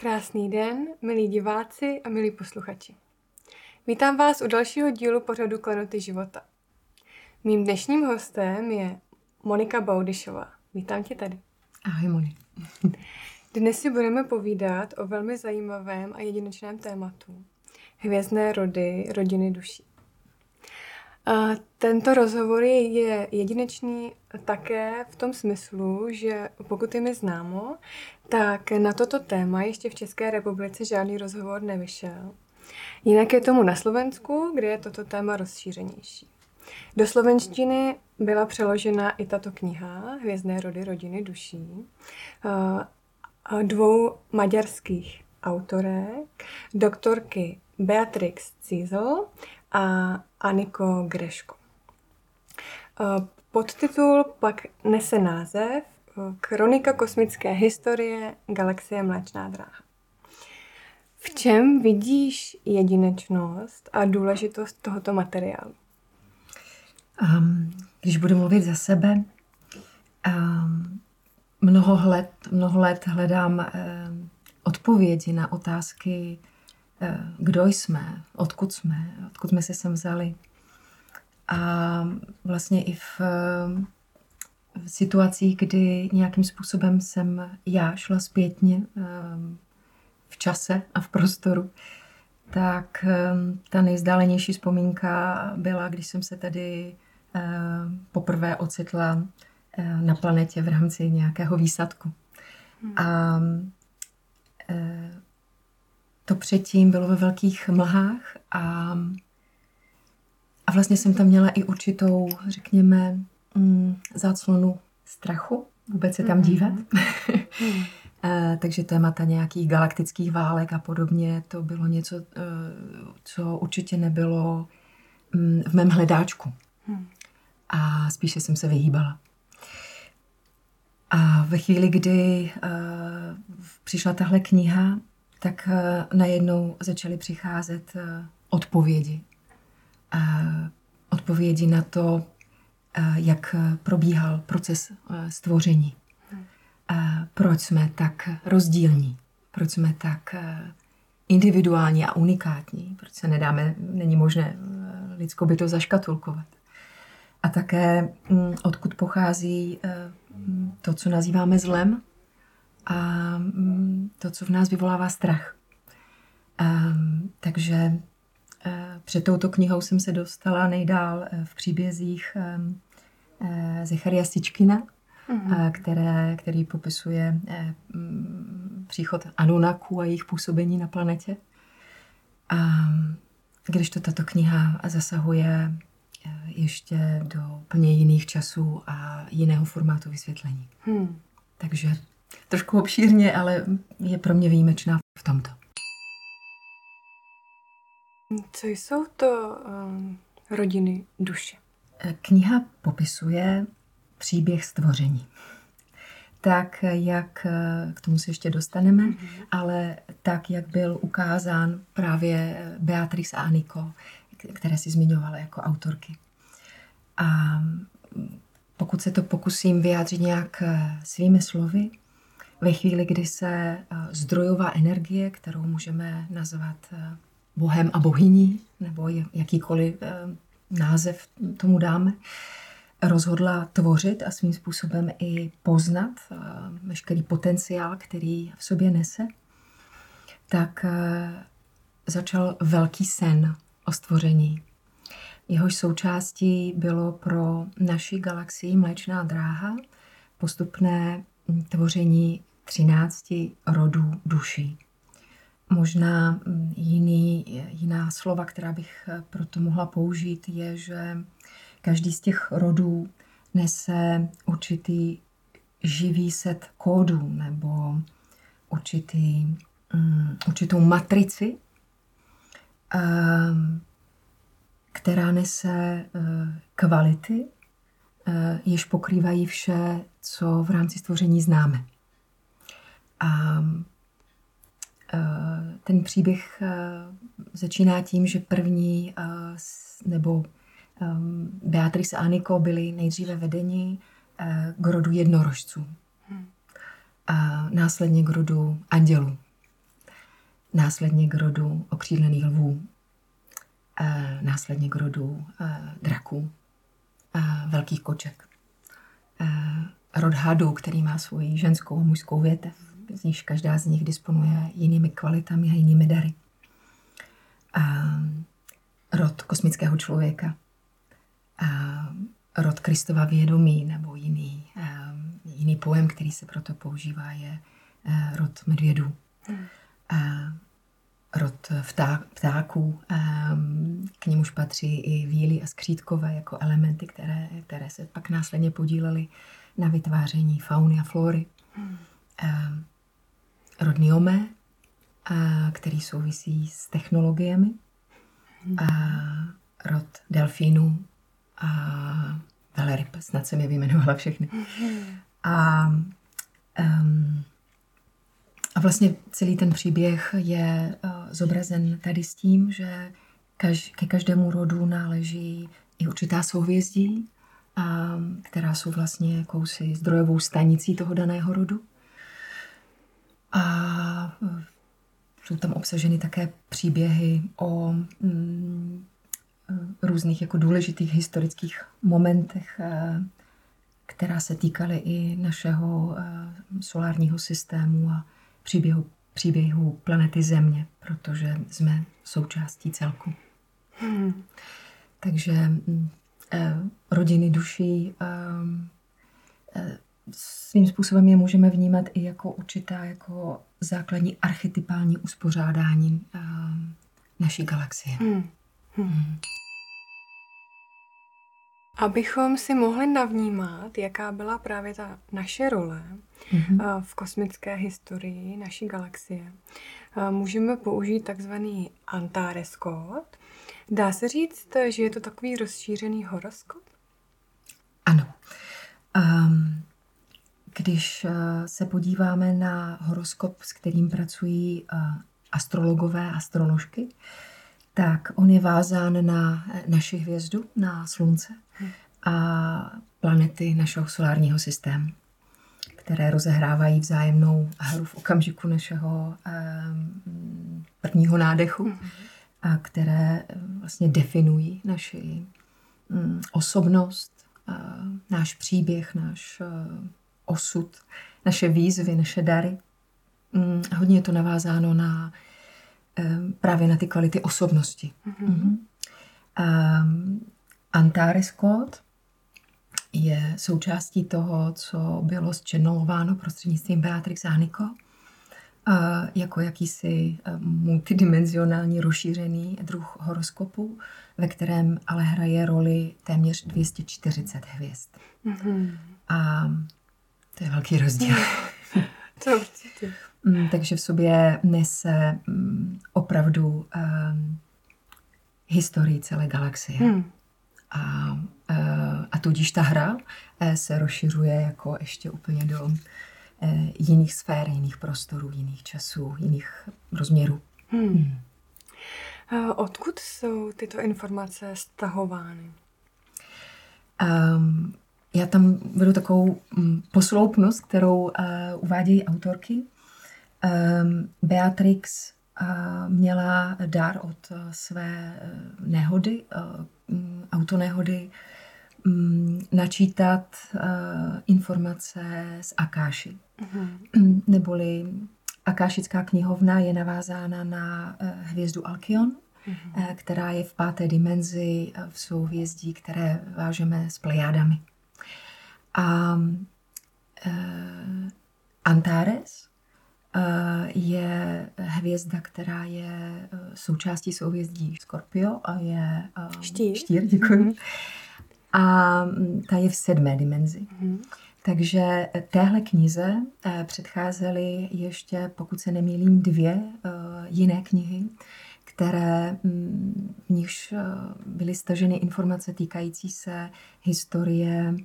Krásný den, milí diváci a milí posluchači. Vítám vás u dalšího dílu pořadu Klenoty života. Mým dnešním hostem je Monika Baudyšová. Vítám tě tady. Ahoj, Moni. Dnes si budeme povídat o velmi zajímavém a jedinečném tématu. Hvězdné rody, rodiny duší. Tento rozhovor je jedinečný také v tom smyslu, že pokud je mi známo, tak na toto téma ještě v České republice žádný rozhovor nevyšel. Jinak je tomu na Slovensku, kde je toto téma rozšířenější. Do slovenštiny byla přeložena i tato kniha Hvězdné rody, rodiny duší dvou maďarských autorek, doktorky Beatrix Cízel a Aniko Greško. Podtitul pak nese název Kronika kosmické historie galaxie Mléčná dráha. V čem vidíš jedinečnost a důležitost tohoto materiálu? Když budu mluvit za sebe, mnoho let hledám odpovědi na otázky, kdo jsme, odkud jsme se sem vzali. A vlastně i v situacích, kdy nějakým způsobem jsem já šla zpětně v čase a v prostoru, tak ta nejvzdálenější vzpomínka byla, když jsem se tady poprvé ocitla na planetě v rámci nějakého výsadku. A to předtím bylo ve velkých mlhách a vlastně jsem tam měla i určitou, řekněme, záclonu strachu vůbec se tam dívat. Takže témata nějakých galaktických válek a podobně, to bylo něco, co určitě nebylo v mém hledáčku. A spíše jsem se vyhýbala. A ve chvíli, kdy přišla tahle kniha, tak najednou začaly přicházet odpovědi. Odpovědi na to, jak probíhal proces stvoření. Proč jsme tak rozdílní, proč jsme tak individuální a unikátní, proč se není možné lidskou bytost zaškatulkovat. A také odkud pochází to, co nazýváme zlem a to, co v nás vyvolává strach. Takže před touto knihou jsem se dostala nejdál v příbězích Zecharia Sitchkina, který popisuje příchod Anunnaků a jejich působení na planetě. A když to tato kniha zasahuje ještě do úplně jiných časů a jiného formátu vysvětlení. Takže trošku obšírně, ale je pro mě výjimečná v tomto. Co jsou to rodiny duše? Kniha popisuje příběh stvoření. Tak, jak k tomu se ještě dostaneme, ale tak, jak byl ukázán právě Beatrix a Aniko, které si zmiňovala jako autorky. A pokud se to pokusím vyjádřit nějak svými slovy, ve chvíli, kdy se zdrojová energie, kterou můžeme nazvat bohem a bohyní, nebo jakýkoliv název tomu dáme, rozhodla tvořit a svým způsobem i poznat veškerý potenciál, který v sobě nese, tak začal velký sen o stvoření. Jehož součástí bylo pro naši galaxii Mléčná dráha postupné tvoření 13 rodů duší. Možná jiná slova, která bych proto mohla použít, je, že každý z těch rodů nese určitý živý set kódů nebo určitou matrici, která nese kvality, jež pokrývají vše, co v rámci stvoření známe. A ten příběh začíná tím, že první Beatrix a Aniko byli nejdříve vedeni k rodu jednorožců a následně k rodu andělů. následně k rodu okřídlených lvů, následně k rodu draků, velkých koček. Rod hadů, který má svoji ženskou a mužskou větev, z níž každá z nich disponuje jinými kvalitami a jinými dary. Rod kosmického člověka, rod Kristova vědomí, nebo jiný pojem, který se proto používá, je rod medvědů. Rod ptáků, k němuž patří i víly a skřítkové jako elementy, které se pak následně podílely na vytváření fauny a flóry. Rod Niomé, který souvisí s technologiemi. Rod delfínů a veleryb, snad jsem je vyjmenovala všechny. A vlastně celý ten příběh je zobrazen tady s tím, že ke každému rodu náleží i určitá souhvězdí, která jsou vlastně jakousi zdrojovou stanicí toho daného rodu. A jsou tam obsaženy také příběhy o různých jako důležitých historických momentech, která se týkaly i našeho solárního systému a příběhu planety Země, protože jsme součástí celku. Takže rodiny duší svým způsobem je můžeme vnímat i jako určitá jako základní archetypální uspořádání naší galaxie. Abychom si mohli navnímat, jaká byla právě ta naše role v kosmické historii naší galaxie, můžeme použít takzvaný Antares kód. Dá se říct, že je to takový rozšířený horoskop? Ano. Když se podíváme na horoskop, s kterým pracují astrologové a astroložky, tak on je vázán na naši hvězdu, na Slunce a planety našeho solárního systému, které rozehrávají vzájemnou hru v okamžiku našeho prvního nádechu a které vlastně definují naši osobnost, náš příběh, náš osud, naše výzvy, naše dary. Hodně je to navázáno na právě na ty kvality osobnosti. Antares kód je součástí toho, co bylo zčennelováno prostřednictvím Beatrix Haniko jako jakýsi multidimenzionální rozšířený druh horoskopu, ve kterém ale hraje roli téměř 240 hvězd. A to je velký rozdíl. To určitě. Takže v sobě nese opravdu historii celé galaxie. A tudíž ta hra se rozšiřuje jako ještě úplně do jiných sfér, jiných prostorů, jiných časů, jiných rozměrů. Odkud jsou tyto informace stahovány? Já tam vedu takovou posloupnost, kterou uvádějí autorky. Beatrix měla dar od své nehody, autonehody, načítat informace z Akáši. Neboli Akášická knihovna je navázána na hvězdu Alkion, která je v 5. dimenzi v souhvězdí, které vážeme s Plejádami. A Antares je hvězda, která je součástí souhvězdí Skorpio a je štír, děkuji. A ta je v 7. dimenzi. Takže téhle knize předcházely ještě, pokud se nemýlím, 2 jiné knihy, které v nichž byly staženy informace týkající se historie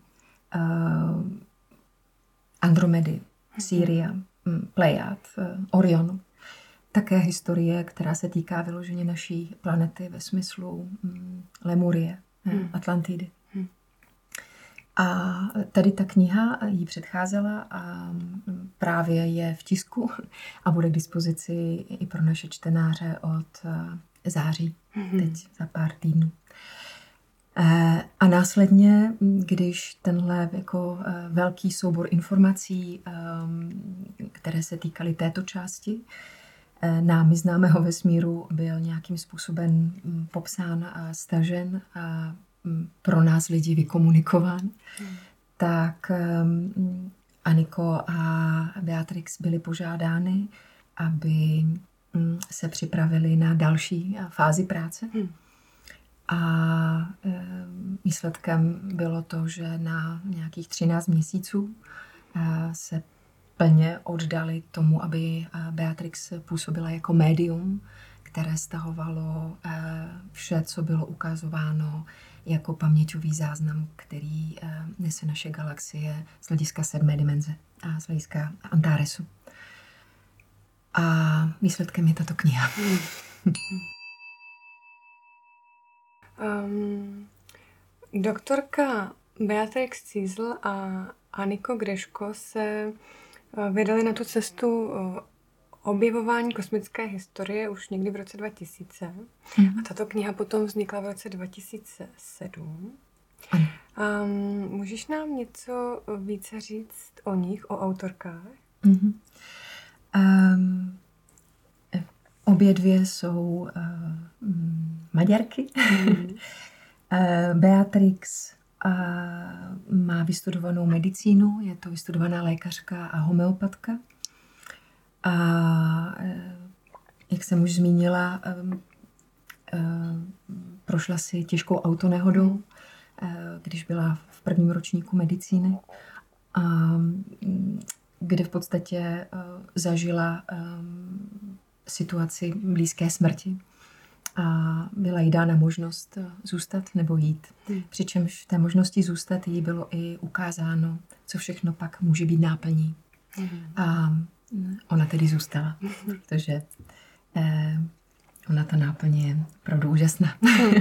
Andromedy, Sýria, Plejad, Orionu. Také historie, která se týká vyloženě naší planety ve smyslu Lemurie, Atlantidy. A tady ta kniha jí předcházela a právě je v tisku a bude k dispozici i pro naše čtenáře od září, teď za pár týdnů. A následně, když tenhle jako velký soubor informací, které se týkaly této části námi známého vesmíru, byl nějakým způsobem popsán a stažen a pro nás lidi vykomunikován, tak Aniko a Beatrix byly požádány, aby se připravili na další fázi práce. A výsledkem bylo to, že na nějakých 13 měsíců se plně oddali tomu, aby Beatrix působila jako médium, které stahovalo vše, co bylo ukazováno jako paměťový záznam, který nese naše galaxie z hlediska 7. dimenze a z hlediska Antaresu. A výsledkem je tato kniha. Doktorka Beatrix Cízl a Aniko Greško se vydali na tu cestu objevování kosmické historie už někdy v roce 2000. A tato kniha potom vznikla v roce 2007. Můžeš nám něco více říct o nich, o autorkách? Obě dvě jsou Maďarky. Beatrix má vystudovanou medicínu, je to vystudovaná lékařka a homeopatka. A jak jsem už zmínila, prošla si těžkou autonehodou, když byla v prvním ročníku medicíny, kde v podstatě zažila situaci blízké smrti a byla jí dána možnost zůstat nebo jít. Přičemž v té možnosti zůstat jí bylo i ukázáno, co všechno pak může být náplní. A ona tedy zůstala, protože ona ta náplň je opravdu úžasná.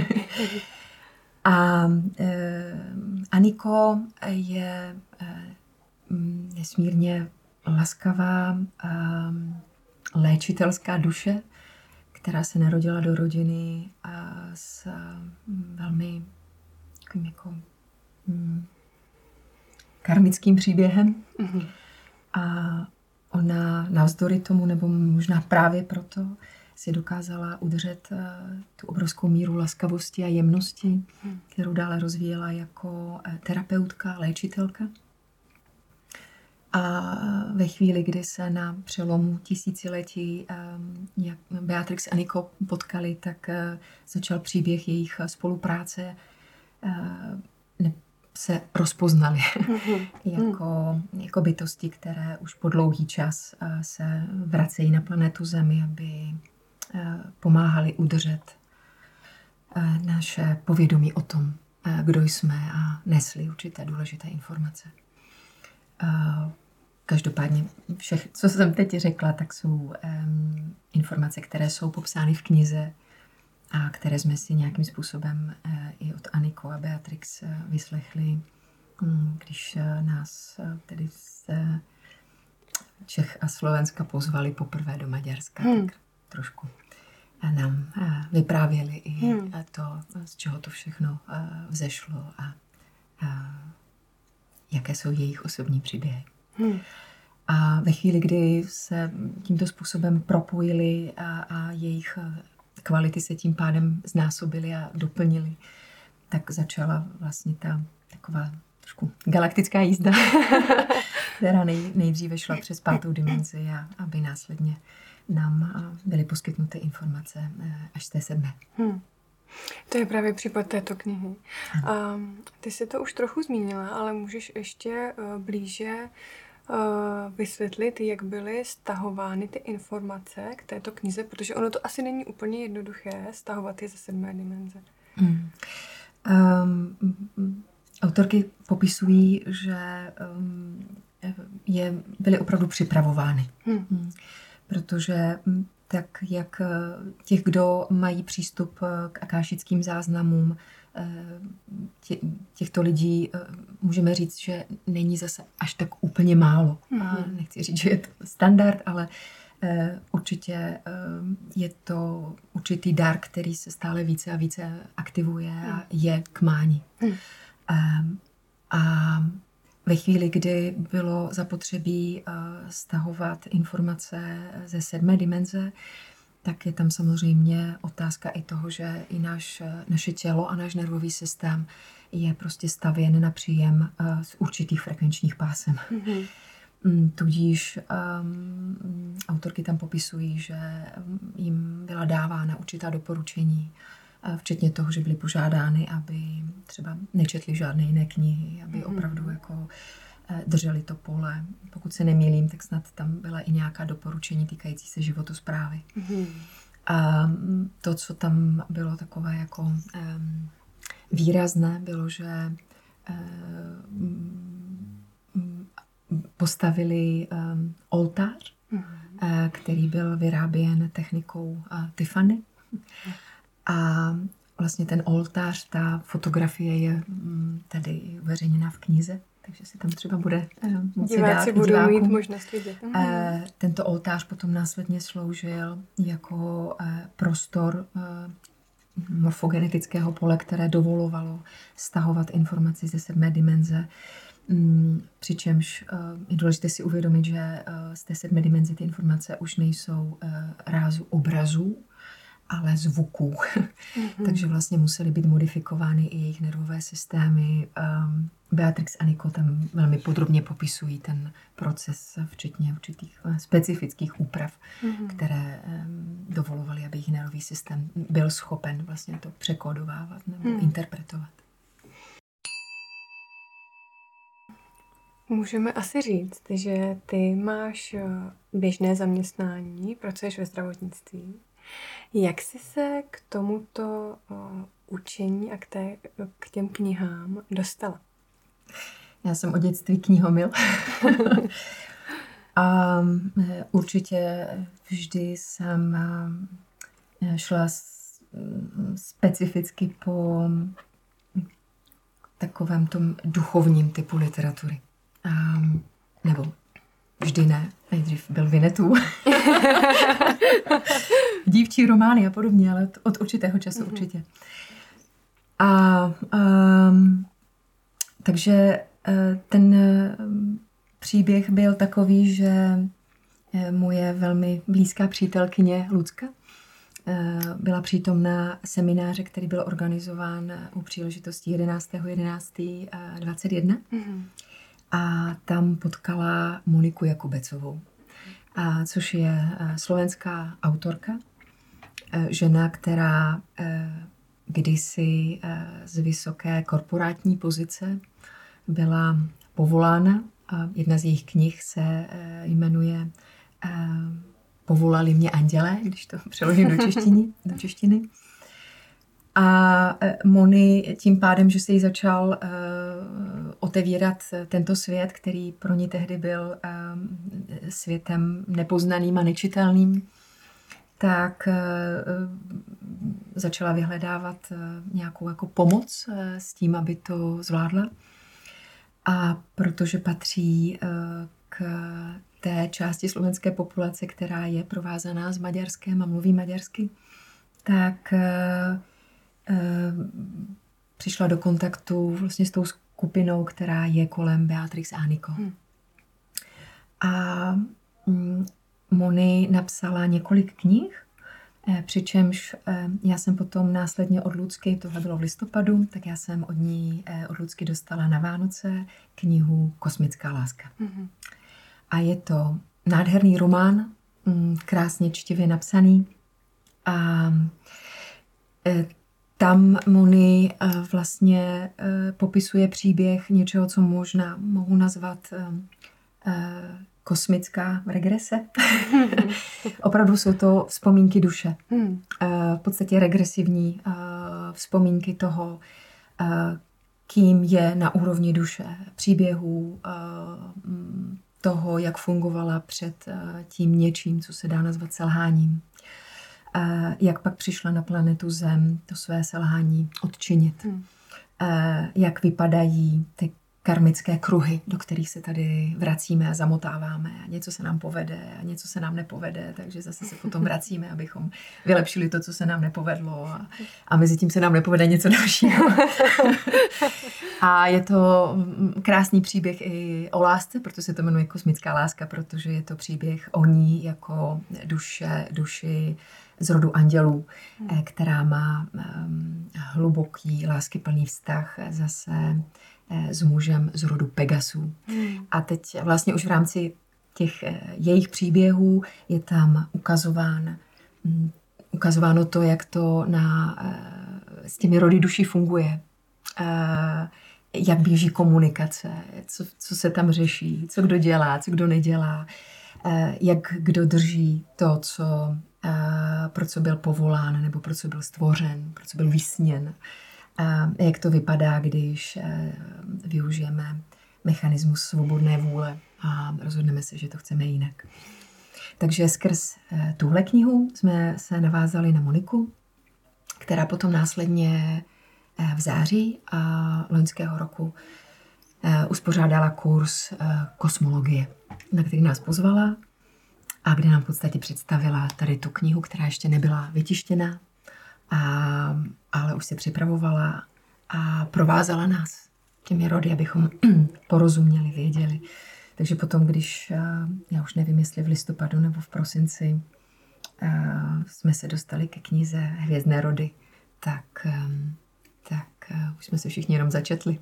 A Aniko je nesmírně laskavá léčitelská duše, která se narodila do rodiny s velmi jako, karmickým příběhem. A ona navzdory tomu, nebo možná právě proto, si dokázala udržet tu obrovskou míru laskavosti a jemnosti, kterou dále rozvíjela jako terapeutka, léčitelka. A ve chvíli, kdy se na přelomu tisíciletí jak Beatrix a Aniko potkali, tak začal příběh jejich spolupráce, se rozpoznali jako bytosti, které už po dlouhý čas se vracejí na planetu Zemi, aby pomáhali udržet naše povědomí o tom, kdo jsme a nesli určité důležité informace. Každopádně vše, co jsem teď řekla, tak jsou informace, které jsou popsány v knize a které jsme si nějakým způsobem i od Aniko a Beatrix vyslechli, když nás tedy z Čech a Slovenska pozvali poprvé do Maďarska, tak trošku nám vyprávěli i to, z čeho to všechno vzešlo a jaké jsou jejich osobní příběhy. A ve chvíli, kdy se tímto způsobem propojili a jejich kvality se tím pádem znásobily a doplnily, tak začala vlastně ta taková trošku galaktická jízda, která nejdříve šla přes 5. dimenzi a aby následně nám byly poskytnuty informace až z té 7. To je právě případ této knihy. Ty jsi to už trochu zmínila, ale můžeš ještě blíže vysvětlit, jak byly stahovány ty informace k této knize, protože ono to asi není úplně jednoduché stahovat je ze 7. dimenze. Autorky popisují, že byly opravdu připravovány. Protože tak, jak těch, kdo mají přístup k akášickým záznamům, těchto lidí můžeme říct, že není zase až tak úplně málo. Nechci říct, že je to standard, ale určitě je to určitý dar, který se stále více a více aktivuje a je k mání. A ve chvíli, kdy bylo zapotřebí stahovat informace ze 7. dimenze, tak je tam samozřejmě otázka i toho, že i naše tělo a náš nervový systém je prostě stavěn na příjem z určitých frekvenčních pásem. Tudíž autorky tam popisují, že jim byla dávána určitá doporučení, včetně toho, že byly požádány, aby třeba nečetli žádné jiné knihy, aby opravdu jako drželi to pole. Pokud se nemýlím, tak snad tam byla i nějaká doporučení týkající se životosprávy. A to, co tam bylo takové jako výrazné, bylo, že postavili oltář, který byl vyráběn technikou Tiffany. A vlastně ten oltář, ta fotografie je tady uveřejněna v knize, takže si tam třeba bude moci diváci dát budou mít možnost vidět. Tento oltář potom následně sloužil jako prostor morfogenetického pole, které dovolovalo stahovat informaci ze 7. dimenze. Přičemž je důležité si uvědomit, že z té 7. dimenze ty informace už nejsou rázu obrazů, ale zvuků. Takže vlastně musely být modifikovány i jejich nervové systémy. Beatrix a Nico tam velmi podrobně popisují ten proces, včetně určitých specifických úprav, které dovolovaly, aby jejich nervový systém byl schopen vlastně to překódovávat nebo interpretovat. Můžeme asi říct, že ty máš běžné zaměstnání, pracuješ ve zdravotnictví. Jak jsi se k tomuto učení a k těm knihám dostala? Já jsem od dětství knihomil. A určitě vždy jsem šla specificky po takovém tom duchovním typu literatury. Nebo vždy ne. Nejdřív byl Winnetou. Dívčí romány a podobně, ale od určitého času určitě. Takže ten příběh byl takový, že moje velmi blízká přítelkyně Lucka byla přítomna semináře, který byl organizován u příležitosti 11.11.21. A tam potkala Moniku Jakubecovou, což je slovenská autorka, žena, která kdysi z vysoké korporátní pozice byla povolána. A jedna z jejich knih se jmenuje Povolali mě andělé, když to přeložím do češtiny. A Moni tím pádem, že se jí začal otevírat tento svět, který pro ní tehdy byl světem nepoznaným a nečitelným, tak začala vyhledávat nějakou jako pomoc s tím, aby to zvládla. A protože patří k té části slovenské populace, která je provázaná s Maďarskem a mluví maďarsky, tak přišla do kontaktu vlastně s tou skupinou, která je kolem Beatrix a Nico. A Moni napsala několik knih, přičemž já jsem potom následně od Lucky, tohle bylo v listopadu, tak já jsem od Lucky dostala na Vánoce knihu Kosmická láska. A je to nádherný román, krásně čtivě napsaný. A tam Moni vlastně popisuje příběh něčeho, co možná mohu nazvat kosmická regrese. Opravdu jsou to vzpomínky duše. V podstatě regresivní vzpomínky toho, kým je na úrovni duše, příběhů, toho, jak fungovala před tím něčím, co se dá nazvat selháním. jak pak přišla na planetu Zem to své selhání odčinit. Jak vypadají ty karmické kruhy, do kterých se tady vracíme a zamotáváme. A něco se nám povede a něco se nám nepovede, takže zase se potom vracíme, abychom vylepšili to, co se nám nepovedlo. A mezi tím se nám nepovede něco dalšího. A je to krásný příběh i o lásce, proto se to jmenuje Kosmická láska, protože je to příběh o ní jako duši z rodu andělů, která má hluboký, láskyplný vztah zase s mužem z rodu Pegasů. A teď vlastně už v rámci těch jejich příběhů je tam ukazováno to, jak to s těmi rody duší funguje. Jak běží komunikace, co se tam řeší, co kdo dělá, co kdo nedělá, jak kdo drží to, pro co byl povolán, nebo pro co byl stvořen, pro co byl vysněn. Jak to vypadá, když využijeme mechanismus svobodné vůle a rozhodneme se, že to chceme jinak. Takže skrz tuhle knihu jsme se navázali na Moniku, která potom následně v září loňského roku uspořádala kurz kosmologie, na který nás pozvala a kde nám v podstatě představila tady tu knihu, která ještě nebyla vytištěna, ale už se připravovala a provázala nás těmi rody, abychom porozuměli, věděli. Takže potom, když, já už nevím, jestli v listopadu nebo v prosinci, jsme se dostali ke knize Hvězdné rody, tak už jsme se všichni jenom začetli.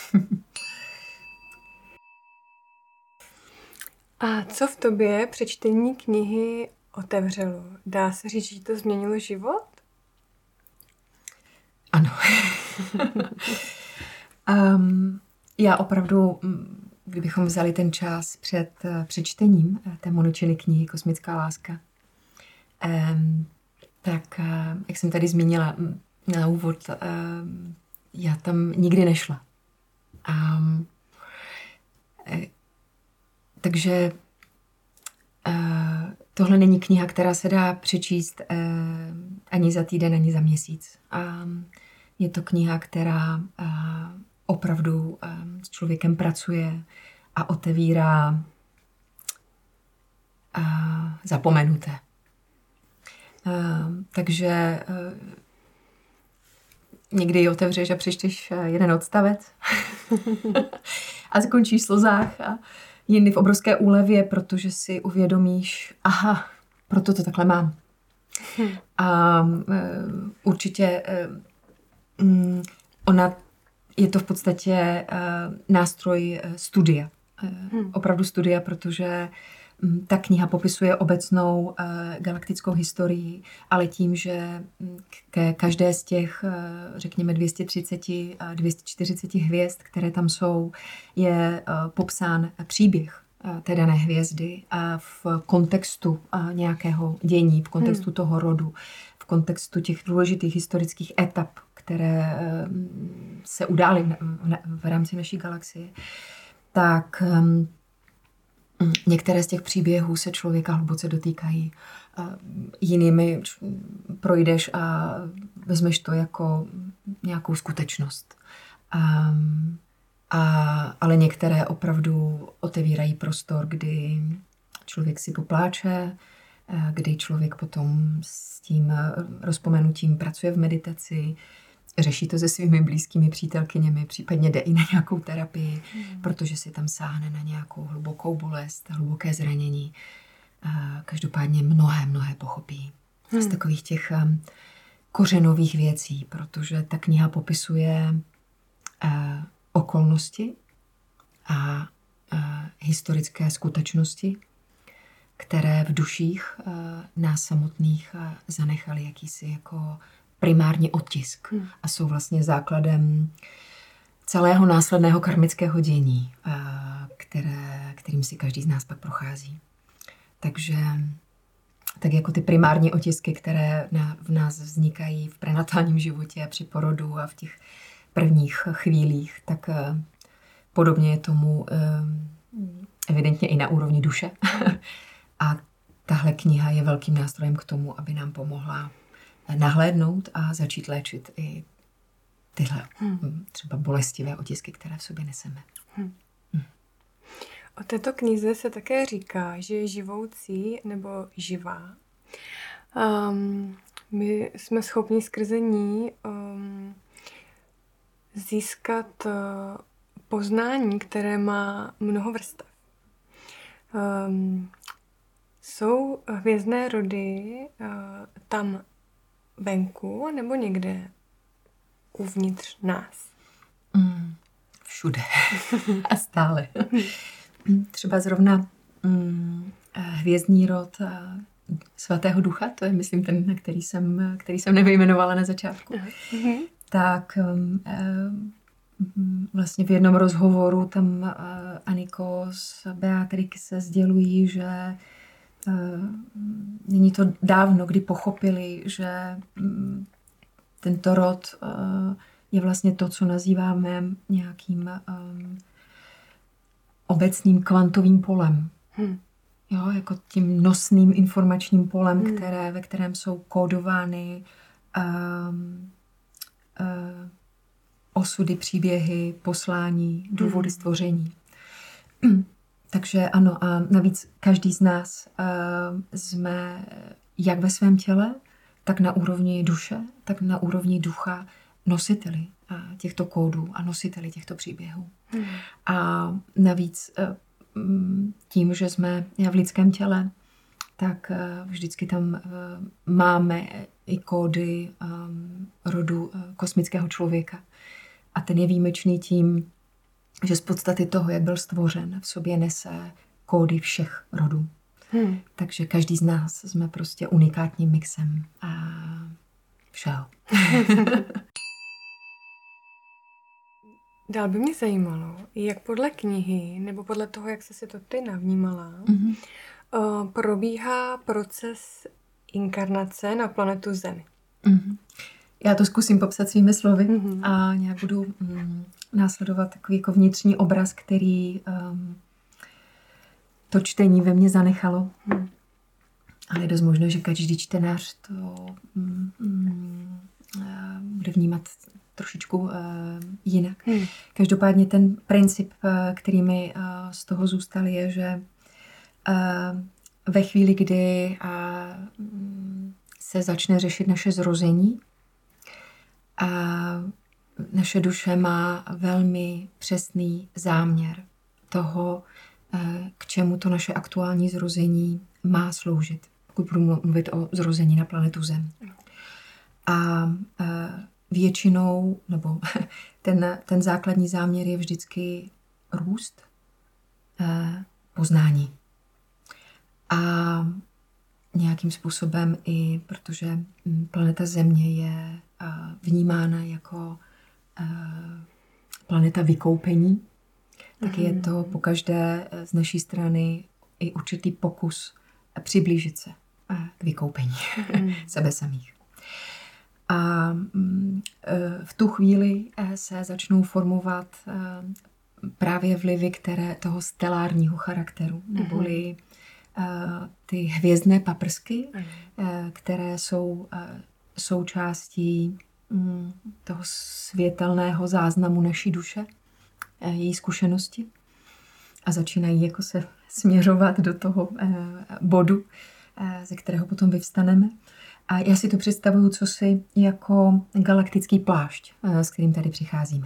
A co v tobě přečtení knihy otevřelo? Dá se říct, že to změnilo život? Ano. Já opravdu, kdybychom vzali ten čas před přečtením té Moničiny knihy Kosmická láska, tak, jak jsem tady zmínila na úvod, já tam nikdy nešla. Takže tohle není kniha, která se dá přečíst ani za týden, ani za měsíc. Je to kniha, která opravdu s člověkem pracuje a otevírá zapomenuté. Takže někdy ji otevřeš a přečteš jeden odstavec a skončíš v slzách a jindy v obrovské úlevě, protože si uvědomíš, aha, proto to takhle mám. A určitě ona je to v podstatě nástroj studia. Opravdu studia, protože ta kniha popisuje obecnou galaktickou historii, ale tím, že ke každé z těch, řekněme, 230 a 240 hvězd, které tam jsou, je popsán příběh té dané hvězdy a v kontextu nějakého dění, v kontextu toho rodu, v kontextu těch důležitých historických etap, které se udály v rámci naší galaxie, tak některé z těch příběhů se člověka hluboce dotýkají. Jinými projdeš a vezmeš to jako nějakou skutečnost. Ale některé opravdu otevírají prostor, kdy člověk si popláče, kdy člověk potom s tím rozpomenutím pracuje v meditaci, řeší to se svými blízkými přítelkyněmi, případně jde i na nějakou terapii, protože si tam sáhne na nějakou hlubokou bolest, hluboké zranění. Každopádně mnohé pochopí z takových těch kořenových věcí, protože ta kniha popisuje okolnosti a historické skutečnosti, které v duších nás samotných zanechaly jakýsi jako primární otisk a jsou vlastně základem celého následného karmického dění, kterým si každý z nás pak prochází. Takže tak jako ty primární otisky, které v nás vznikají v prenatálním životě a při porodu a v těch prvních chvílích, tak podobně je tomu evidentně i na úrovni duše. A tahle kniha je velkým nástrojem k tomu, aby nám pomohla nahlédnout a začít léčit i tyhle třeba bolestivé otisky, které v sobě neseme. O této knize se také říká, že je živoucí nebo živá. My jsme schopni skrze ní získat poznání, které má mnoho vrstev. Jsou hvězdné rody tam venku nebo někde uvnitř nás? Všude. A stále. Třeba zrovna hvězdný rod Svatého Ducha, to je, myslím, ten, na který jsem nevyjmenovala na začátku, tak vlastně v jednom rozhovoru tam Aniko s Beatrix se sdělují, že není to dávno, kdy pochopili, že tento rod je vlastně to, co nazýváme nějakým obecným kvantovým polem. Jo, jako tím nosným informačním polem, ve kterém jsou kódovány osudy, příběhy, poslání, důvody stvoření. Takže ano, a navíc každý z nás jsme jak ve svém těle, tak na úrovni duše, tak na úrovni ducha nositeli těchto kódů a nositeli těchto příběhů. A navíc tím, že jsme v lidském těle, tak vždycky tam máme i kódy rodu kosmického člověka. A ten je výjimečný tím, že z podstaty toho, jak byl stvořen, v sobě nese kódy všech rodů. Takže každý z nás jsme prostě unikátním mixem všeho. Dál by mě zajímalo, jak podle knihy, nebo podle toho, jak jsi si to ty navnímala, probíhá proces inkarnace na planetu Zemi. Já to zkusím popsat svými slovy a nějak budu následovat takový jako vnitřní obraz, který to čtení ve mně zanechalo. Ale je dost možné, že každý čtenář to bude vnímat trošičku jinak. Každopádně ten princip, který mi z toho zůstal, je, že ve chvíli, kdy se začne řešit naše zrození, a naše duše má velmi přesný záměr toho, k čemu to naše aktuální zrození má sloužit. Pokud budu mluvit o zrození na planetu Zem. A většinou, nebo ten základní záměr je vždycky růst, poznání. A nějakým způsobem i, protože planeta Země je vnímána jako planeta vykoupení, tak je to pokaždé z naší strany i určitý pokus přiblížit se k vykoupení sebe samých. A v tu chvíli se začnou formovat právě vlivy toho stelárního charakteru, neboli ty hvězdné paprsky, které jsou součástí toho světelného záznamu naší duše, její zkušenosti a začínají jako se směřovat do toho bodu, ze kterého potom vyvstaneme. A já si to představuju cosi jako galaktický plášť, s kterým tady přicházíme.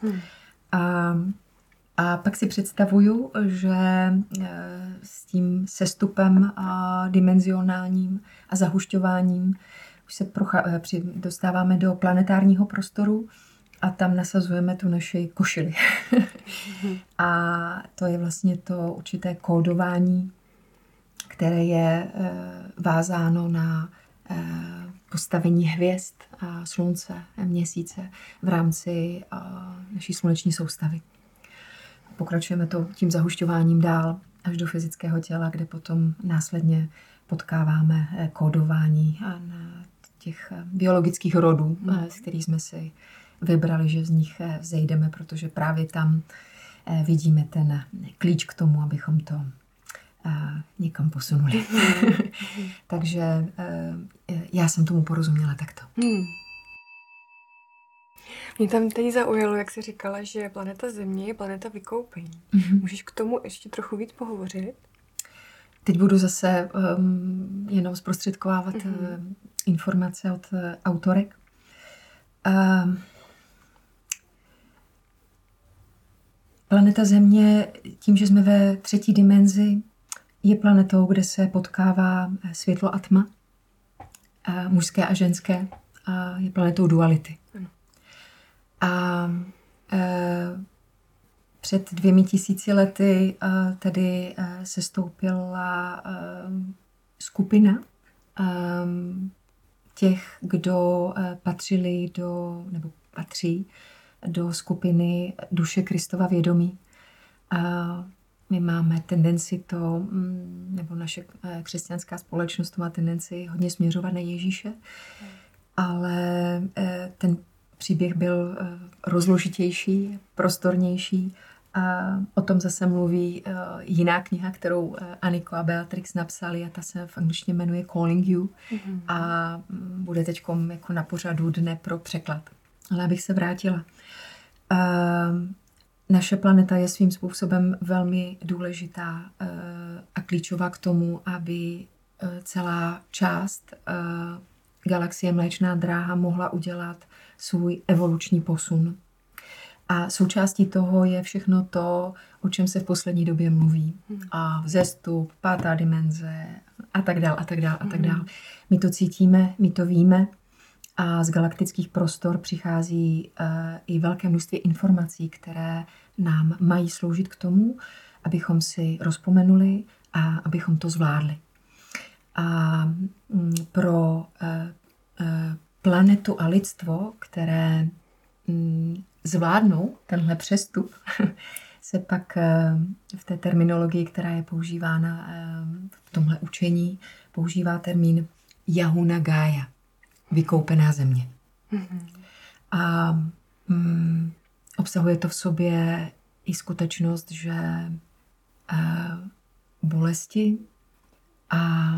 A pak si představuju, že s tím sestupem dimenzionálním a zahušťováním už se dostáváme do planetárního prostoru a tam nasazujeme tu naši košili. A to je vlastně to určité kódování, které je vázáno na postavení hvězd a slunce, měsíce v rámci naší sluneční soustavy. Pokračujeme tím zahušťováním dál až do fyzického těla, kde potom následně potkáváme kódování těch biologických rodů, z kterých jsme si vybrali, že z nich vzejdeme, protože právě tam vidíme ten klíč k tomu, abychom to někam posunuli. Takže já jsem tomu porozuměla takto. Mě tam teď zaujalo, jak jsi říkala, že planeta Země je planeta vykoupení. Můžeš k tomu ještě trochu víc pohovořit? Teď budu zase jenom zprostředkovávat informace od autorek. Planeta Země, tím, že jsme ve 3. dimenzi, je planetou, kde se potkává světlo a tma, mužské a ženské, a je planetou duality. A před 2000 lety tedy sestoupila skupina těch, kdo patřili nebo patří do skupiny duše Kristova vědomí. A my máme tendenci nebo naše křesťanská společnost má tendenci hodně směřovat na Ježíše, ale ten příběh byl rozložitější, prostornější. A o tom zase mluví jiná kniha, kterou Aniko a Beatrix napsali, a ta se v angličtině jmenuje Calling You a bude teď jako na pořadu dne pro překlad. Ale abych se vrátila. Naše planeta je svým způsobem velmi důležitá a klíčová k tomu, aby celá část galaxie Mléčná dráha mohla udělat svůj evoluční posun. A součástí toho je všechno to, o čem se v poslední době mluví. A vzestup, 5. dimenze a tak dál, a tak dál, a tak dál. My to cítíme, my to víme a z galaktických prostor přichází i velké množství informací, které nám mají sloužit k tomu, abychom si rozpomenuli a abychom to zvládli. A pro planetu a lidstvo, které zvládnou tenhle přestup, se pak v té terminologii, která je používána v tomhle učení, používá termín Jahuna Gája, vykoupená země. A obsahuje to v sobě i skutečnost, že bolesti a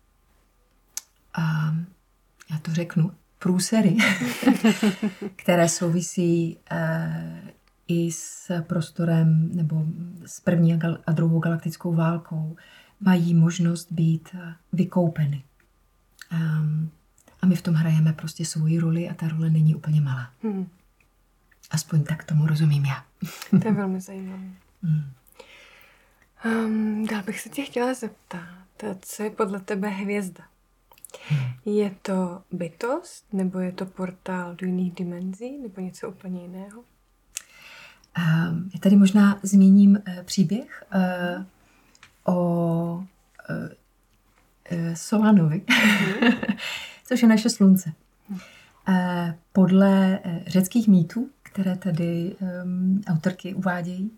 já to řeknu, průsery, které souvisí i s prostorem nebo s první a druhou galaktickou válkou, mají možnost být vykoupeny. A my v tom hrajeme prostě svoji roli a ta role není úplně malá. Aspoň tak tomu rozumím já. To je velmi zajímavé. Dál bych se tě chtěla zeptat, co je podle tebe hvězda? Je to bytost, nebo je to portál do jiných dimenzí, nebo něco úplně jiného? Já tady možná zmíním příběh o Solanovi, což je naše slunce. Podle řeckých mýtů, které tady autorky uvádějí,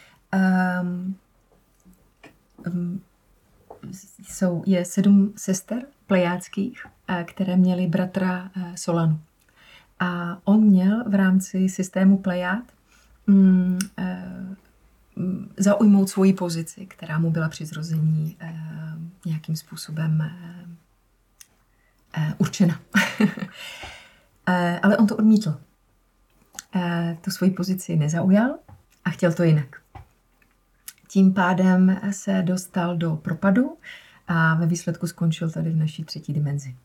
je 7 sester plejádských, které měly bratra Solanu. A on měl v rámci systému Plejád zaujmout svoji pozici, která mu byla při zrození nějakým způsobem určena. Ale on to odmítl. Tu svoji pozici nezaujal a chtěl to jinak. Tím pádem se dostal do propadu a ve výsledku skončil tady v naší 3. dimenzi.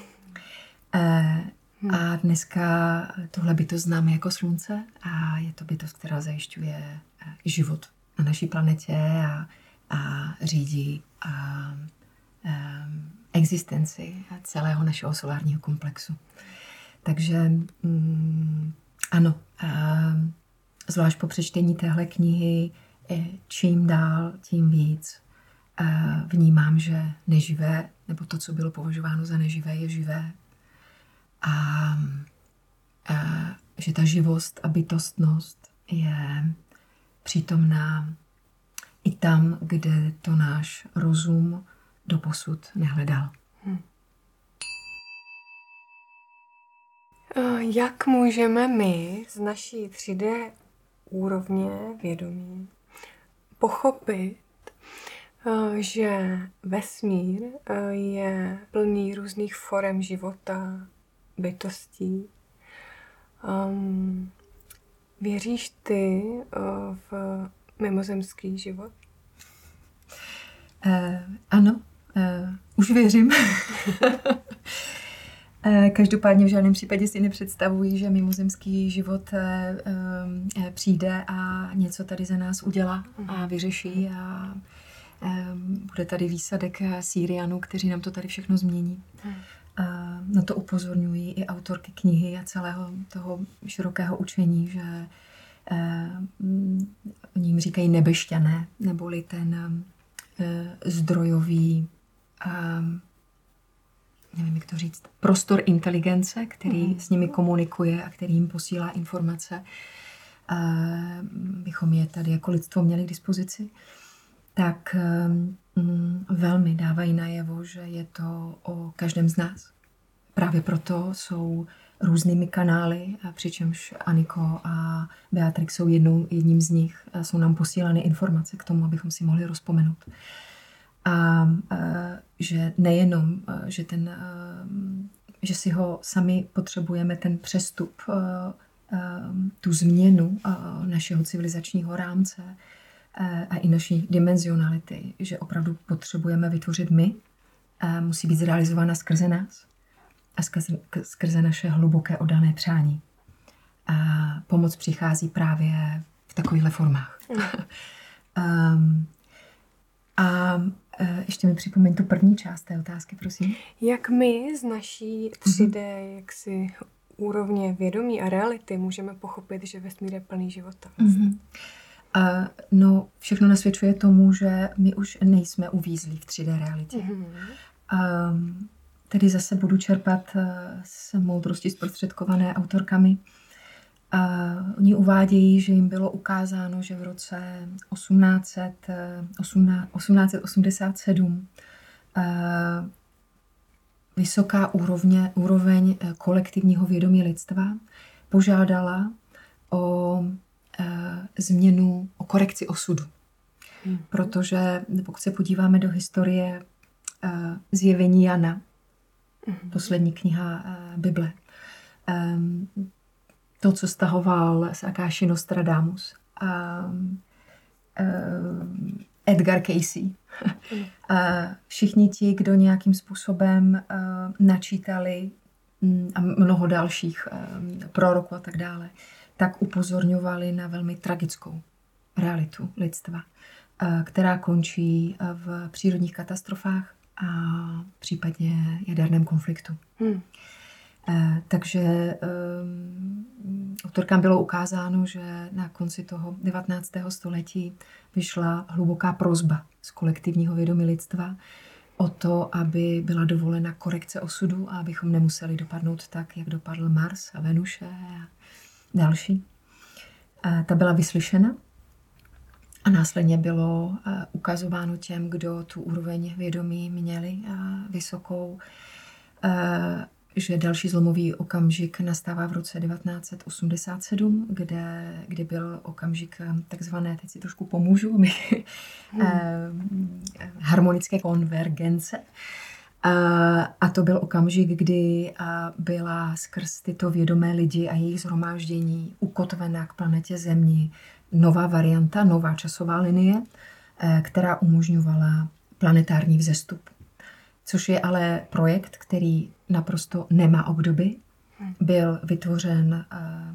A dneska tohle bytost známe jako slunce a je to bytost, která zajišťuje život na naší planetě a řídí existenci celého našeho solárního komplexu. Takže ano, zvlášť po přečtení téhle knihy čím dál, tím víc vnímám, že neživé, nebo to, co bylo považováno za neživé, je živé. A že ta živost a bytostnost je přítomná i tam, kde to náš rozum doposud nehledal. Jak můžeme my z naší 3D úrovně vědomí pochopit Že vesmír je plný různých forem života, bytostí. Věříš ty v mimozemský život? Ano, už věřím. Každopádně v žádném případě si nepředstavuji, že mimozemský život přijde a něco tady za nás udělá a vyřeší a bude tady výsadek Sýrianů, kteří nám to tady všechno změní. Na to upozorňují i autorky knihy a celého toho širokého učení, že oni jim říkají nebešťané, neboli ten zdrojový, nevím, jak to říct, prostor inteligence, který s nimi komunikuje a který jim posílá informace, bychom je tady jako lidstvo měli k dispozici, tak velmi dávají najevo, že je to o každém z nás. Právě proto jsou různými kanály, přičemž Aniko a Beatrix jsou jedním z nich. Jsou nám posílány informace k tomu, abychom si mohli rozpomenout. A že nejenom, že si ho sami potřebujeme, ten přestup, tu změnu našeho civilizačního rámce a i naší dimenzionality, že opravdu potřebujeme vytvořit my, musí být zrealizována skrze nás a skrze naše hluboké oddané přání. A pomoc přichází právě v takovýchhle formách. Ještě mi připomeň tu první část té otázky, prosím. Jak my z naší 3D jaksi úrovně vědomí a reality můžeme pochopit, že vesmír je plný života? No, všechno nasvědčuje tomu, že my už nejsme uvízlí v 3D realitě. Tedy zase budu čerpat z moudrosti zprostředkované autorkami. Oni uvádějí, že jim bylo ukázáno, že v roce 1887 vysoká úroveň kolektivního vědomí lidstva požádala o změnu, o korekci osudu. Protože pokud se podíváme do historie Zjevení Jana, poslední kniha Bible, to, co stahoval z Akáši Nostradamus, Edgar Cayce, všichni ti, kdo nějakým způsobem načítali a mnoho dalších proroků a tak dále, tak upozorňovali na velmi tragickou realitu lidstva, která končí v přírodních katastrofách a případně jaderném konfliktu. Takže autorkám bylo ukázáno, že na konci toho 19. století vyšla hluboká prosba z kolektivního vědomí lidstva o to, aby byla dovolena korekce osudu a abychom nemuseli dopadnout tak, jak dopadl Mars a Venuše a další. Ta byla vyslyšena a následně bylo ukazováno těm, kdo tu úroveň vědomí měli vysokou, že další zlomový okamžik nastává v roce 1987, kdy byl okamžik takzvané, teď si trošku pomůžu, harmonické konvergence. A to byl okamžik, kdy byla skrz tyto vědomé lidi a jejich shromáždění ukotvená k planetě Zemi nová varianta, nová časová linie, která umožňovala planetární vzestup. Což je ale projekt, který naprosto nemá obdoby. Byl vytvořen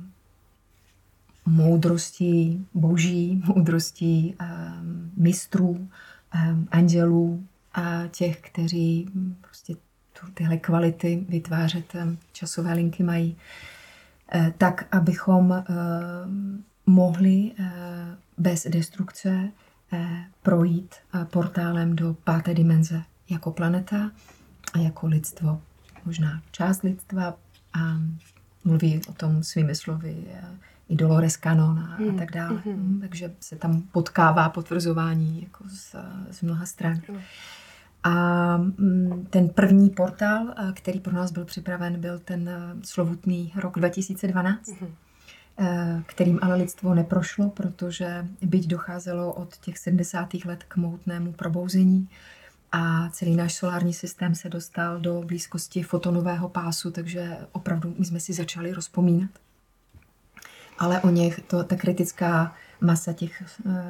moudrostí boží, moudrostí mistrů, andělů a těch, kteří prostě tyhle kvality vytvářet časové linky mají, tak, abychom mohli bez destrukce projít portálem do 5. dimenze jako planeta a jako lidstvo. Možná část lidstva a mluví o tom svými slovy i Dolores Cannon a tak dále. Takže se tam potkává potvrzování jako z mnoha stran. A ten první portál, který pro nás byl připraven, byl ten slovutný rok 2012, kterým ale lidstvo neprošlo, protože byť docházelo od těch 70. let k mohutnému probouzení a celý náš solární systém se dostal do blízkosti fotonového pásu, takže opravdu my jsme si začali rozpomínat. Ale o něch ta kritická masa těch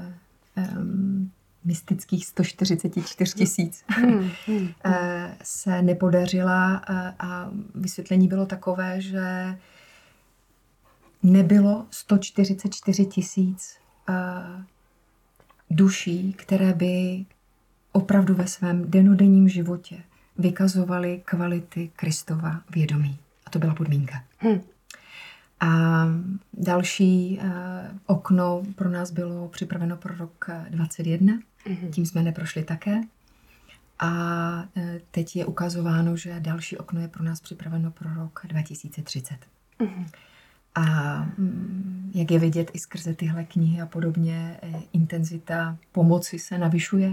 mystických 144 000 se nepodařila a vysvětlení bylo takové, že nebylo 144 000 duší, které by opravdu ve svém dennodenním životě vykazovaly kvality Kristova vědomí. A to byla podmínka. A další okno pro nás bylo připraveno pro rok 2021. Tím jsme neprošli také. A teď je ukazováno, že další okno je pro nás připraveno pro rok 2030. A jak je vidět i skrze tyhle knihy a podobně, intenzita pomoci se navyšuje.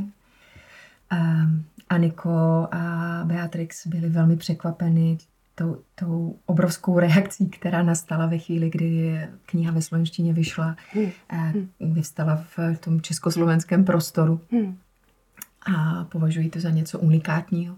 Aniko a Beatrix byly velmi překvapeny tou obrovskou reakcí, která nastala ve chvíli, kdy kniha ve slovenštině vyšla. Vyvstala v tom československém prostoru. A považuji to za něco unikátního.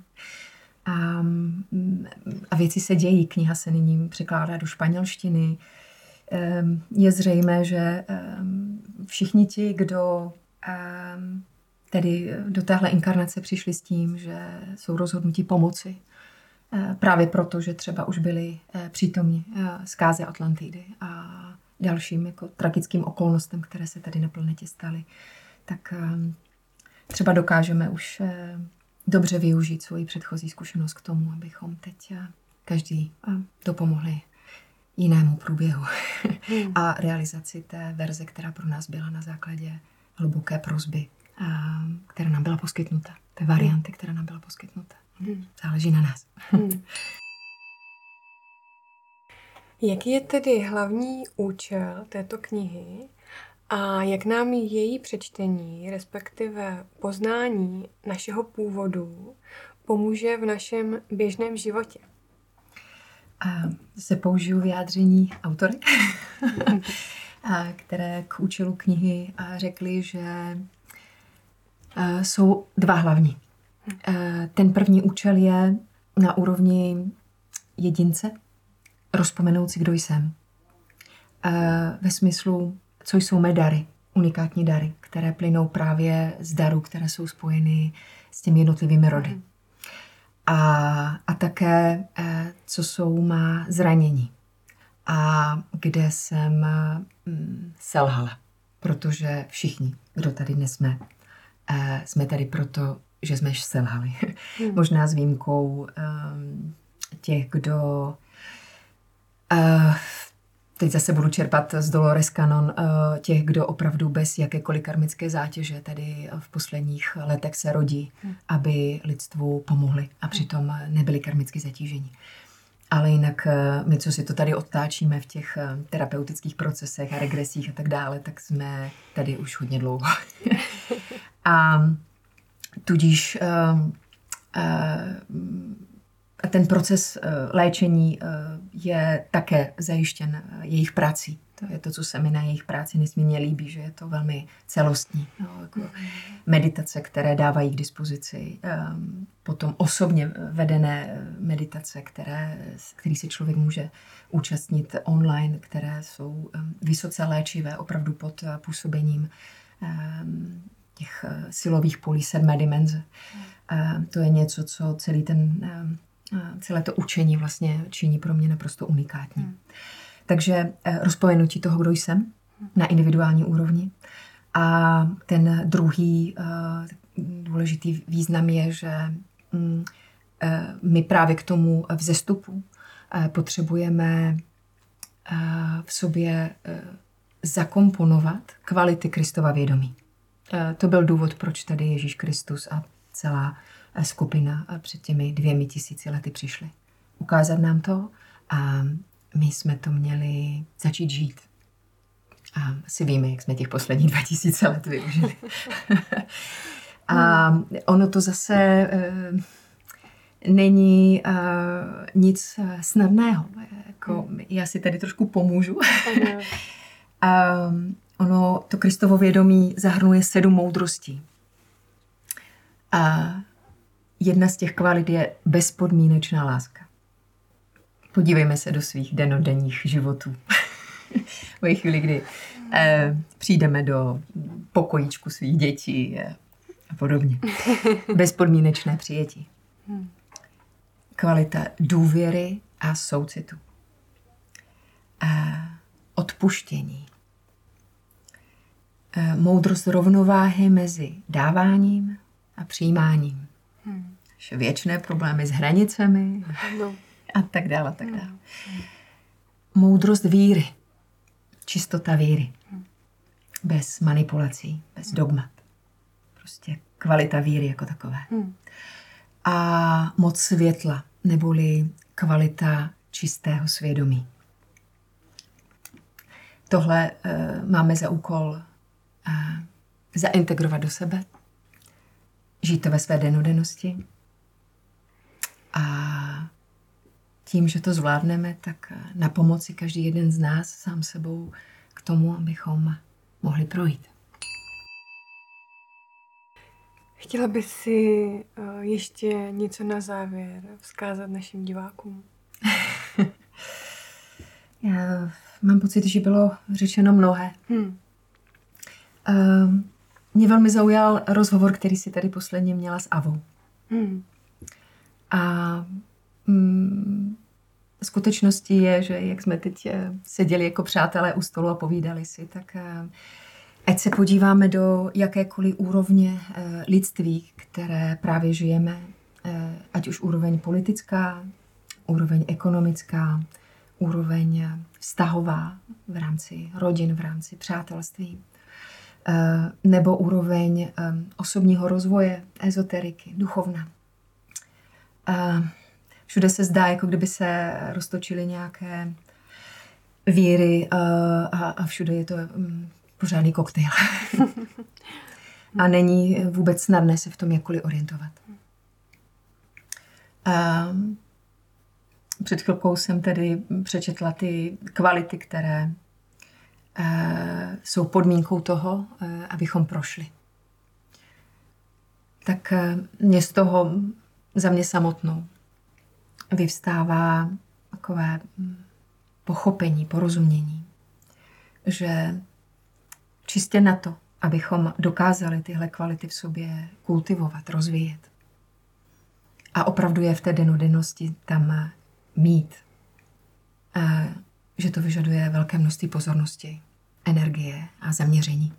A věci se dějí. Kniha se nyní překládá do španělštiny. Je zřejmé, že všichni ti, kdo tedy do téhle inkarnace přišli s tím, že jsou rozhodnutí pomoci, právě proto, že třeba už byli přítomni zkáze Atlantidy a dalším jako tragickým okolnostem, které se tady na planetě staly, tak třeba dokážeme už dobře využít svoji předchozí zkušenost k tomu, abychom teď každý dopomohli jinému průběhu a realizaci té verze, která pro nás byla na základě hluboké prosby, která nám byla poskytnuta. Té varianty, která nám byla poskytnuta. Záleží na nás. Jaký je tedy hlavní účel této knihy a jak nám její přečtení, respektive poznání našeho původu, pomůže v našem běžném životě? Se použiju vyjádření autorek, které k účelu knihy řekly, že jsou dva hlavní. Ten první účel je na úrovni jedince rozpomenout si, kdo jsem. Ve smyslu, co jsou mé dary, unikátní dary, které plynou právě z darů, které jsou spojeny s těmi jednotlivými rody. A také, co jsou má zranění a kde jsem selhala. Protože všichni, kdo tady dnes jsme tady proto, že jsme selhali. Možná s výjimkou těch, kdo... teď zase budu čerpat z Dolores Cannon, těch, kdo opravdu bez jakékoliv karmické zátěže tady v posledních letech se rodí, aby lidstvu pomohli a přitom nebyli karmicky zatíženi. Ale jinak my, co si to tady odtáčíme v těch terapeutických procesech a regresích a tak dále, tak jsme tady už hodně dlouho. A tudíž ten proces léčení je také zajištěn jejich prací. To je to, co se mi na jejich práci nesmírně líbí, že je to velmi celostní. Jako meditace, které dávají k dispozici. Potom osobně vedené meditace, který se člověk může účastnit online, které jsou vysoce léčivé, opravdu pod působením těch silových polí 7. dimenze. To je něco, co celé to učení vlastně činí pro mě naprosto unikátní. Takže rozpomenutí toho, kdo jsem, na individuální úrovni. A ten druhý důležitý význam je, že my právě k tomu vzestupu potřebujeme v sobě zakomponovat kvality Kristova vědomí. To byl důvod, proč tady Ježíš Kristus a celá skupina před těmi 2000 lety přišli. Ukázat nám to a my jsme to měli začít žít. A asi víme, jak jsme těch posledních 2000 let využili. A ono to zase není nic snadného. Jako, já si tady trošku pomůžu. Ono, to Kristovo vědomí zahrnuje 7 moudrostí. A jedna z těch kvalit je bezpodmínečná láska. Podívejme se do svých dennodenních životů. Ve chvíli, kdy přijdeme do pokojíčku svých dětí a podobně. Bezpodmínečné přijetí. Kvalita důvěry a soucitu. A odpuštění. Moudrost rovnováhy mezi dáváním a přijímáním. Věčné problémy s hranicemi a tak dále, tak dále. Moudrost víry. Čistota víry. Bez manipulací, bez dogmat. Prostě kvalita víry jako takové. A moc světla, neboli kvalita čistého svědomí. Tohle máme za úkol zaintegrovat do sebe, žít to ve své dennodennosti a tím, že to zvládneme, tak na pomoci každý jeden z nás sám sebou k tomu, abychom mohli projít. Chtěla bys si ještě něco na závěr vzkázat našim divákům? Já mám pocit, že bylo řečeno mnohé. Mě velmi zaujal rozhovor, který si tady posledně měla s Avou. A skutečností je, že jak jsme teď seděli jako přátelé u stolu a povídali si, tak ať se podíváme do jakékoliv úrovně lidství, které právě žijeme, ať už úroveň politická, úroveň ekonomická, úroveň vztahová v rámci rodin, v rámci přátelství, nebo úroveň osobního rozvoje, ezoteriky, duchovna. Všude se zdá, jako kdyby se roztočily nějaké víry a všude je to pořádný koktejl. A není vůbec snadné se v tom jakkoliv orientovat. Před chvilkou jsem tedy přečetla ty kvality, které jsou podmínkou toho, abychom prošli. Tak mě z toho za mě samotnou vyvstává takové pochopení, porozumění, že čistě na to, abychom dokázali tyhle kvality v sobě kultivovat, rozvíjet a opravdu je v té dennodennosti tam mít, že to vyžaduje velké množství pozornosti, energie a zaměření.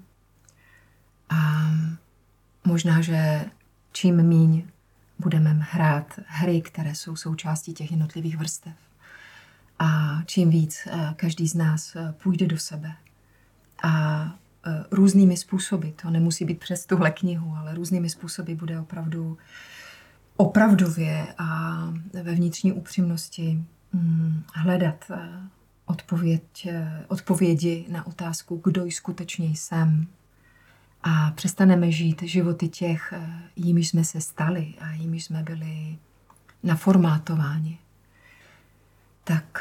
A možná, že čím míň budeme hrát hry, které jsou součástí těch jednotlivých vrstev. A čím víc každý z nás půjde do sebe a různými způsoby, to nemusí být přes tuhle knihu, ale různými způsoby bude opravdově a ve vnitřní upřímnosti hledat odpovědi na otázku, kdo skutečně jsem. A přestaneme žít životy těch, jimiž jsme se stali a jimiž jsme byli naformátováni. Tak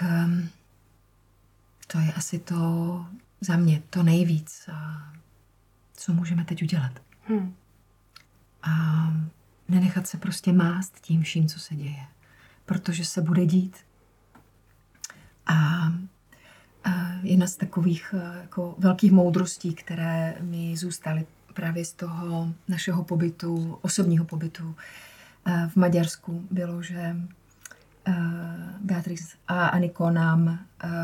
to je asi to za mě to nejvíc, co můžeme teď udělat. A nenechat se prostě mást tím vším, co se děje. Protože se bude dít. A jedna z takových jako velkých moudrostí, které mi zůstaly právě z toho našeho pobytu, osobního pobytu v Maďarsku, bylo, že Beatrix a Aniko nám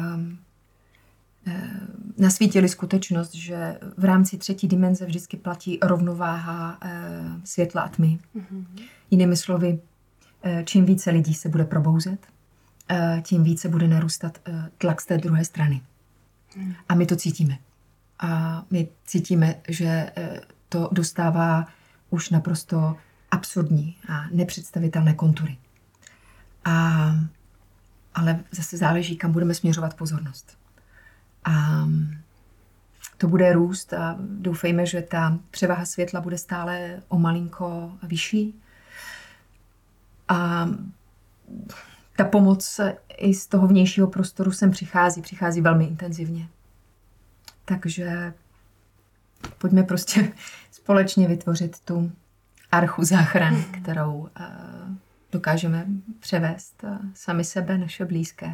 nasvítili skutečnost, že v rámci 3. dimenze vždycky platí rovnováha světla a tmy. Jinými slovy, čím více lidí se bude probouzet, tím více bude narůstat tlak z té druhé strany. A my to cítíme. A my cítíme, že to dostává už naprosto absurdní a nepředstavitelné kontury. Ale zase záleží, kam budeme směřovat pozornost. A to bude růst a doufejme, že ta převaha světla bude stále o malinko vyšší. A ta pomoc i z toho vnějšího prostoru sem přichází velmi intenzivně. Takže pojďme prostě společně vytvořit tu archu záchrany, kterou dokážeme převést sami sebe, naše blízké.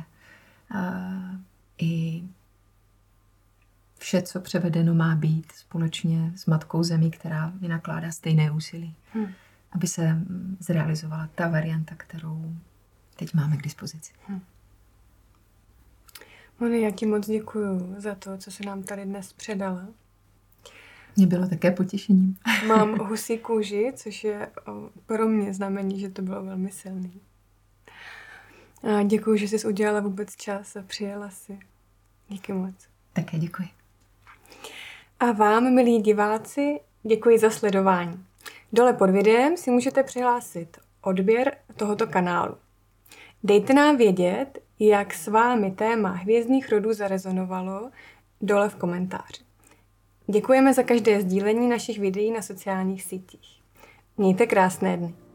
I vše, co převedeno má být společně s Matkou Zemí, která vynakládá stejné úsilí, aby se zrealizovala ta varianta, kterou teď máme k dispozici. Moni, já ti moc děkuju za to, co jsi nám tady dnes předala. Mě bylo také potěšením. Mám husí kůži, což je pro mě znamení, že to bylo velmi silný. A děkuju, že jsi udělala vůbec čas a přijela si. Díky moc. Také děkuji. A vám, milí diváci, děkuji za sledování. Dole pod videem si můžete přihlásit odběr tohoto kanálu. Dejte nám vědět, jak s vámi téma hvězdných rodů zarezonovalo dole v komentáři. Děkujeme za každé sdílení našich videí na sociálních sítích. Mějte krásné dny.